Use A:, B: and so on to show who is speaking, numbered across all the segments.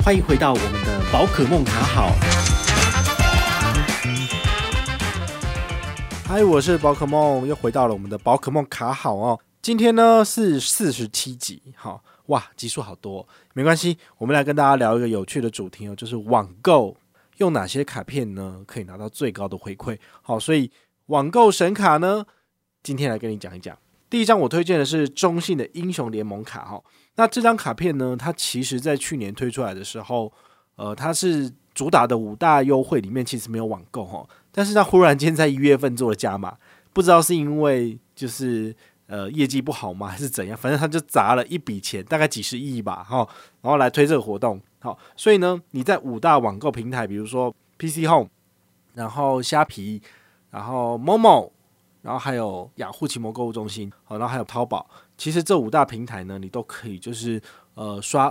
A: 欢迎回到我们的宝可梦卡好。嗨，我是宝可梦，又回到了我们的宝可梦卡好哦。今天呢是47集，好哇，集数好多，没关系，我们来跟大家聊一个有趣的主题哦，就是网购用哪些卡片呢可以拿到最高的回馈。好，所以网购神卡呢，今天来跟你讲一讲。第一张我推荐的是中信的英雄联盟卡哈。那这张卡片呢，它其实在去年推出来的时候，它是主打的5大优惠里面其实没有网购哈，但是它忽然间在1月份做了加码，不知道是因为就是业绩不好吗，还是怎样？反正他就砸了一笔钱，大概几十亿吧哈，然后来推这个活动。好，所以呢，你在5大网购平台，比如说 PC Home， 然后虾皮，然后 Momo， 然后还有雅虎奇摩购物中心，然后还有淘宝，其实这5大平台呢，你都可以就是刷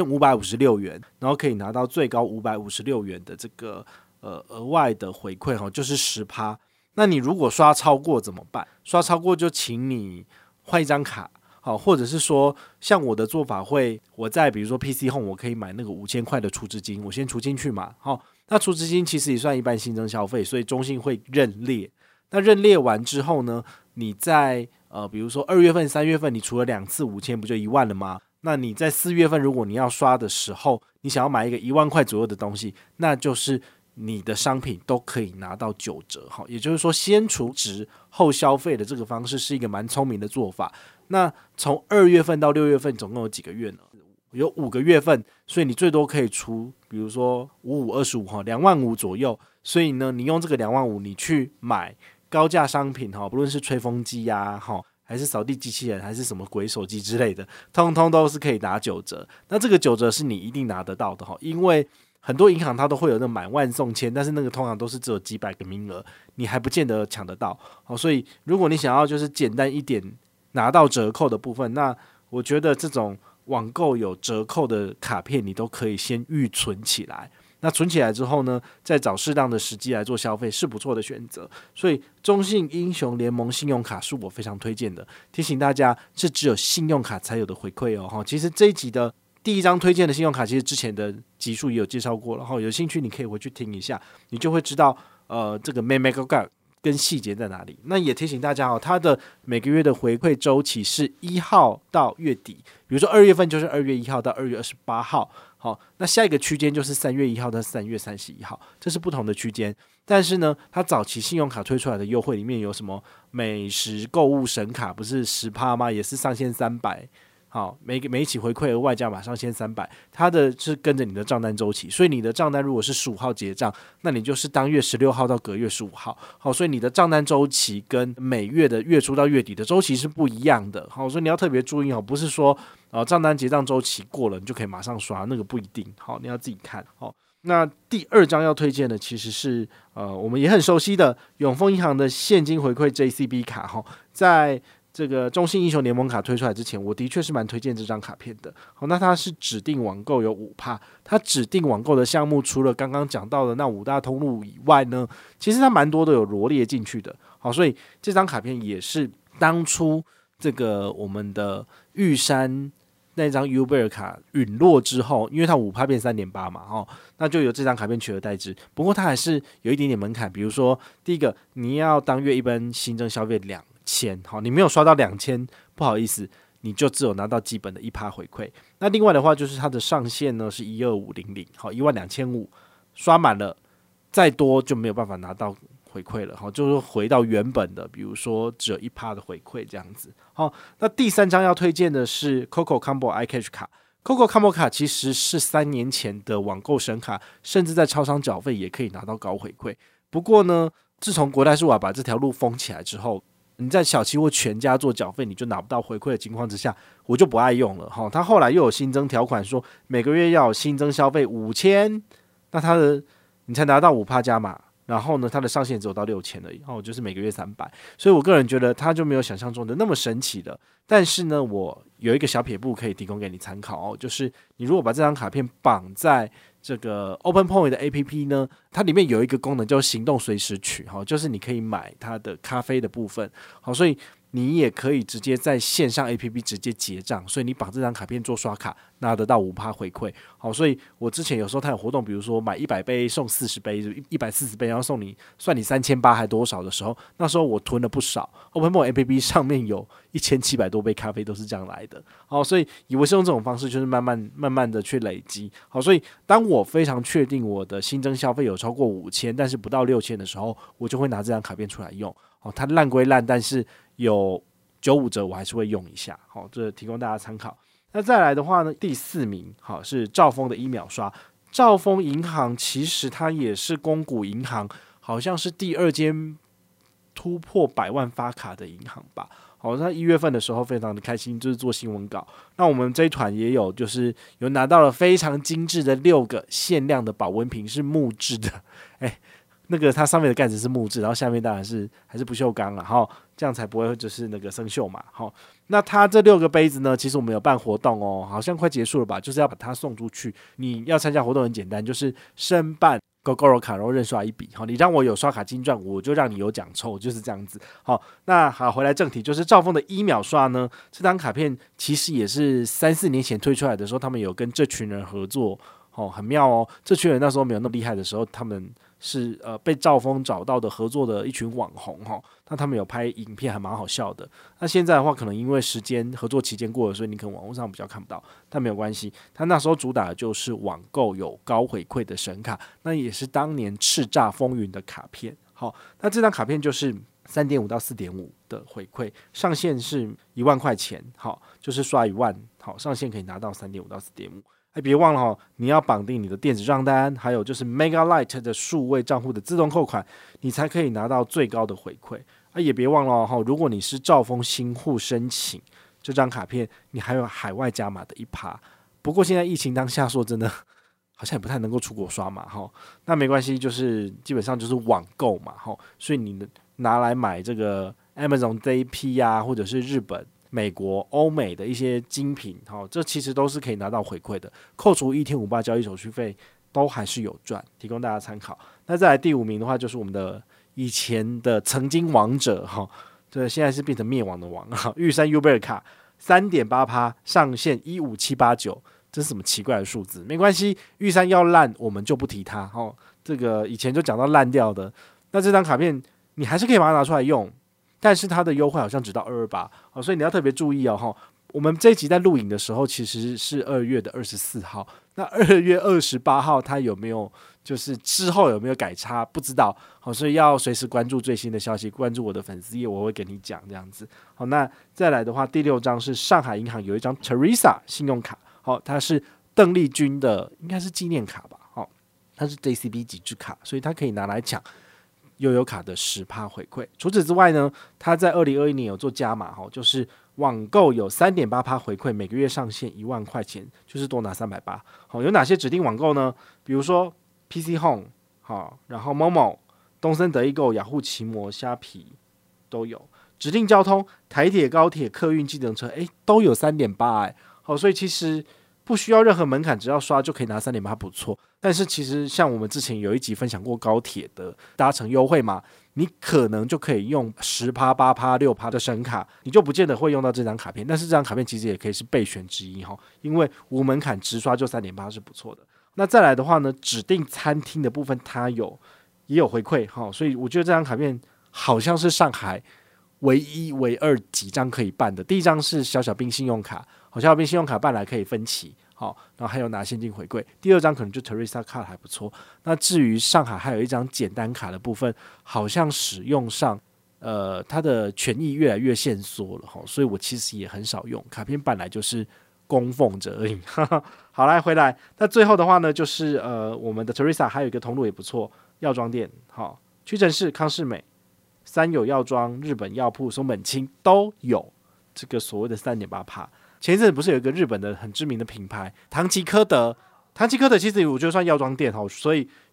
A: 5556元，然后可以拿到最高556元的这个额外的回馈哈，就是 10%。那你如果刷超过怎么办？刷超过就请你换一张卡，好，或者是说像我的做法会，我在比如说 PC Home 我可以买那个5000块的储值金，我先储进去嘛，好，那储值金其实也算一般新增消费，所以中信会认列。那认列完之后呢，你在比如说2月份、3月份，你除了2次5000，不就1万了吗？那你在4月份，如果你要刷的时候，你想要买一个1万块左右的东西，那就是你的商品都可以拿到9折，也就是说先储值后消费的这个方式是一个蛮聪明的做法。那从2月份到6月份总共有几个月呢？有5个月份，所以你最多可以出比如说5525，2万5左右。所以呢，你用这个2万5你去买高价商品，不论是吹风机啊，还是扫地机器人，还是什么鬼手机之类的，通通都是可以打9折。那这个9折是你一定拿得到的，因为很多银行它都会有那买万送千，但是那个通常都是只有几百个名额，你还不见得抢得到。所以如果你想要就是简单一点拿到折扣的部分，那我觉得这种网购有折扣的卡片你都可以先预存起来。那存起来之后呢，再找适当的时机来做消费是不错的选择。所以中信英雄联盟信用卡是我非常推荐的，提醒大家是只有信用卡才有的回馈哦。其实这一集的第一张推荐的信用卡，其实之前的集数也有介绍过了，有兴趣你可以回去听一下，你就会知道这个妹妹哥哥跟细节在哪里。那也提醒大家它的每个月的回馈周期是1号到月底，比如说2月份就是2月1号到2月28号。好，那下一个区间就是3月1号到3月31号，这是不同的区间。但是呢，它早期信用卡推出来的优惠里面有什么美食购物神卡，不是 10% 吗？也是上限300。好，每一起回馈额外加码上限300，它的是跟着你的账单周期，所以你的账单如果是15号结账，那你就是当月16号到隔月15号。好，所以你的账单周期跟每月的月初到月底的周期是不一样的。好，所以你要特别注意，不是说账单结账周期过了你就可以马上刷，那个不一定。好，你要自己看。好，那第2张要推荐的其实是我们也很熟悉的永丰银行的现金回馈 JCB 卡。在这个中信英雄联盟卡推出来之前，我的确是蛮推荐这张卡片的。好，那它是指定网购有 5%， 它指定网购的项目除了刚刚讲到的那5大通路以外呢，其实它蛮多都有罗列进去的。好，所以这张卡片也是当初这个我们的玉山那张 Uber 卡陨落之后，因为它 5% 变 3.8 嘛，那就由这张卡片取而代之。不过它还是有一点点门槛，比如说第一个，你要当月一般新增消费2000，好，你没有刷到2000，不好意思，你就只有拿到基本的 1% 回馈。那另外的话就是它的上限呢是12500，好，12500，刷满了再多就没有办法拿到回馈了，就是回到原本的，比如说只有 1% 的回馈这样子。好，那第3张要推荐的是 Coco Combo iCash 卡。Coco Combo 卡其实是3年前的网购神卡，甚至在超商缴费也可以拿到高回馈。不过呢，自从国泰世华把这条路封起来之后，你在小七或全家做缴费你就拿不到回馈的情况之下，我就不爱用了。他后来又有新增条款说每个月要有新增消费5000，那你才拿到 5% 加码，然后呢它的上限只有到6000而已，就是每个月300。所以我个人觉得它就没有想象中的那么神奇了。但是呢，我有一个小撇步可以提供给你参考哦，就是你如果把这张卡片绑在这个 OpenPoint 的 APP 呢，它里面有一个功能叫行动随时取，就是你可以买它的咖啡的部分，好，所以你也可以直接在线上 APP 直接结账，所以你绑这张卡片做刷卡，拿得到5%回馈。好，所以我之前有时候它有活动，比如说买100杯送40杯，140杯，然后算你3800还多少的时候，那时候我囤了不少。OpenPoint APP 上面有1700多杯咖啡都是这样来的。好，所以以为是用这种方式，就是慢慢的去累积。好，所以当我非常确定我的新增消费有超过5000，但是不到6000的时候，我就会拿这张卡片出来用。好，它烂归烂，但是有95折我还是会用一下。好，这提供大家参考。那再来的话呢，第4名好是兆丰的1秒刷。兆丰银行其实它也是公股银行，好像是第2间突破100万发卡的银行吧。好，那1月份的时候非常的开心，就是做新闻稿。那我们这一团也有，就是有拿到了非常精致的6个限量的保温瓶，是木质的。那个它上面的盖子是木质，然后下面当然是还是不锈钢了哈，这样才不会就是那个生锈嘛。好，那它这6个杯子呢，其实我们有办活动哦，好像快结束了吧，就是要把它送出去。你要参加活动很简单，就是申办 Gogoro 卡，然后认刷1笔。好，你让我有刷卡金钻，我就让你有奖抽，就是这样子。好，那好，回来正题，就是兆丰的1秒刷呢，这张卡片其实也是3-4年前推出来的时候，他们有跟这群人合作。哦，很妙哦！这群人那时候没有那么厉害的时候，他们是被兆丰找到的合作的一群网红哈。那他们有拍影片，还蛮好笑的。那现在的话，可能因为时间合作期间过了，所以你可能网络上比较看不到，但没有关系。他那时候主打的就是网购有高回馈的神卡，那也是当年叱咤风云的卡片。好，那这张卡片就是3.5到4.5的回馈，上限是1万块钱，好，就是刷1万，好，上限可以拿到3.5到4.5。别忘了你要绑定你的电子账单，还有就是 MegaLite 的数位账户的自动扣款，你才可以拿到最高的回馈。也别忘了如果你是兆丰新户申请这张卡片，你还有海外加码的1%。不过现在疫情当下，说真的，好像也不太能够出国刷嘛那没关系，就是基本上就是网购嘛所以你拿来买这个 Amazon JP 啊，或者是日本、美国、欧美的一些精品，这其实都是可以拿到回馈的，扣除1天58交易手续费，都还是有赚，提供大家参考。那再来第5名的话，就是我们的以前的曾经王者这现在是变成灭亡的王玉山 Uber 卡 3.8%， 上限15789，这是什么奇怪的数字？没关系，玉山要烂我们就不提它这个以前就讲到烂掉的，那这张卡片你还是可以把它拿出来用。但是它的优惠好像只到228，所以你要特别注意我们这一集在录影的时候其实是2月24号，那2月28号它有没有就是之后有没有改差不知道，所以要随时关注最新的消息，关注我的粉丝页，我会给你讲这样子。好，那再来的话，第6张是上海银行有一张 Teresa 信用卡，它是邓丽君的应该是纪念卡吧，它是 JCB 极致卡，所以它可以拿来抢悠游卡的10%回馈。除此之外呢，它在2021年有做加码，就是网购有 3.8% 回馈，每个月上限1万块钱，就是多拿380。有哪些指定网购呢？比如说 PC Home， 然后 Momo、东森得意购、雅虎奇摩、虾皮都有。指定交通，台铁、高铁、客运、计程车，都有 3.8%。所以其实不需要任何门槛，只要刷就可以拿 3.8%， 不错。但是其实像我们之前有一集分享过高铁的搭乘优惠嘛，你可能就可以用 10%、8%、6% 的神卡，你就不见得会用到这张卡片。但是这张卡片其实也可以是备选之一因为无门槛直刷就 3.8% 是不错的。那再来的话呢，指定餐厅的部分它也有回馈所以我觉得这张卡片好像是上海唯一唯二几张可以办的。第一张是小小兵信用卡，小小兵信用卡办来可以分期，然后还有拿现金回馈。第2张可能就 Teresa 卡还不错。那至于上海还有一张简单卡的部分，好像使用上它的权益越来越限缩了所以我其实也很少用卡片，办来就是供奉着而已好，来回来，那最后的话呢，就是我们的 Teresa 还有一个通路也不错，药妆店屈臣氏、康士美、三友药妆、日本药铺、松本清都有这个所谓的 3.8%。前一阵不是有一个日本的很知名的品牌唐吉诃德，唐吉诃德其实我觉得算药妆店所以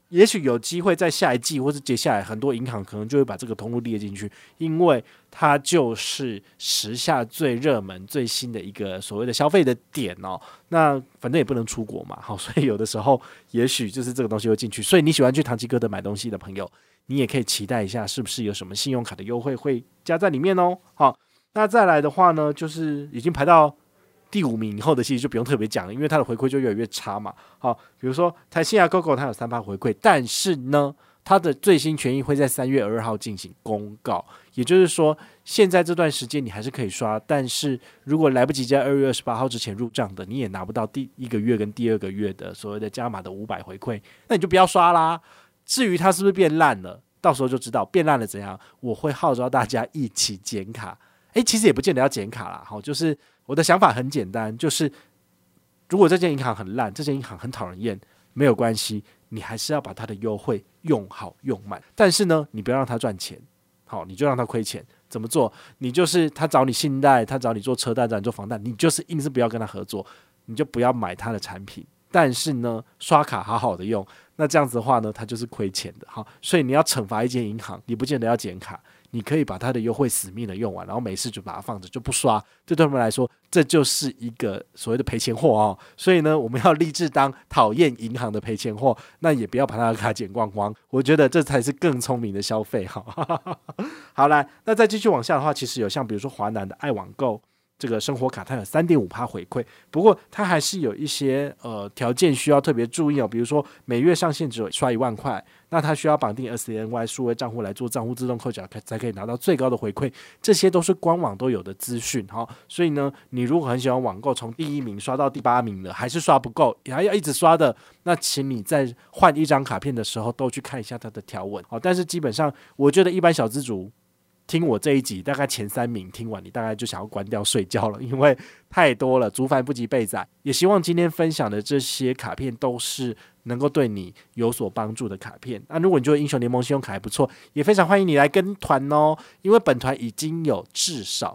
A: 也许有机会在下一季或是接下来很多银行可能就会把这个通路列进去，因为它就是时下最热门最新的一个所谓的消费的点哦。那反正也不能出国嘛，好，所以有的时候也许就是这个东西会进去。所以你喜欢去唐吉诃德买东西的朋友，你也可以期待一下是不是有什么信用卡的优惠会加在里面哦。好，那再来的话呢，就是已经排到第5名以后的其实就不用特别讲了，因为它的回馈就越来越差嘛。好，比如说台新GoGo 它有3%回馈，但是呢，它的最新权益会在3月2号进行公告，也就是说，现在这段时间你还是可以刷，但是如果来不及在2月28号之前入账的，你也拿不到第1个月跟第2个月的所谓的加码的500回馈，那你就不要刷啦。至于它是不是变烂了，到时候就知道变烂了怎样。我会号召大家一起剪卡，其实也不见得要剪卡啦，就是我的想法很简单，就是如果这间银行很烂，这间银行很讨人厌，没有关系，你还是要把它的优惠用好用满。但是呢，你不要让它赚钱，好，你就让它亏钱。怎么做？你就是他找你信贷，他找你做车贷，找你做房贷，你就是硬是不要跟他合作，你就不要买他的产品。但是呢，刷卡好好的用，那这样子的话呢，它就是亏钱的。好，所以你要惩罚一间银行，你不见得要剪卡，你可以把它的优惠死命的用完，然后没事就把它放着，就不刷。对他们来说，这就是一个所谓的赔钱货哦。所以呢，我们要立志当讨厌银行的赔钱货，那也不要把他的卡剪光光。我觉得这才是更聪明的消费。好来，那再继续往下的话，其实有像比如说华南的爱网购。这个生活卡它有 3.5% 回馈，不过它还是有一些条件需要特别注意哦，比如说每月上限只有刷1万块，那它需要绑定 SCNY 数位账户来做账户自动扣缴，才可以拿到最高的回馈，这些都是官网都有的资讯。所以呢，你如果很喜欢网购，从第1名刷到第8名了，还是刷不够，还要一直刷的，那请你在换一张卡片的时候都去看一下它的条文。但是基本上我觉得一般小资族听我这一集大概前3名听完，你大概就想要关掉睡觉了，因为太多了，族繁不及备载。也希望今天分享的这些卡片都是能够对你有所帮助的卡片。那如果你觉得英雄联盟信用卡还不错，也非常欢迎你来跟团哦，因为本团已经有至少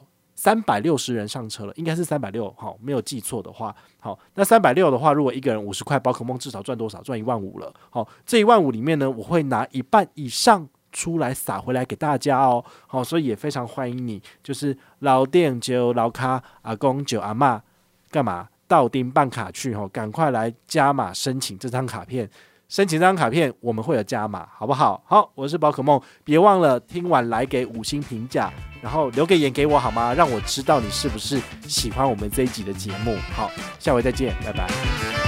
A: 360人上车了，应该是360，好，没有记错的话。好，那360的话，如果一个人50块，宝可梦至少赚多少？赚15000了。好，这15000里面呢，我会拿1半以上出来撒回来给大家哦。好，所以也非常欢迎你，就是老店就老卡，阿公就阿嬷，干嘛到丁办卡去，赶快来加码申请这张卡片。申请这张卡片我们会有加码，好不好？好，我是宝可梦，别忘了听完来给5星评价，然后留个言给我好吗？让我知道你是不是喜欢我们这一集的节目。好，下回再见，拜拜。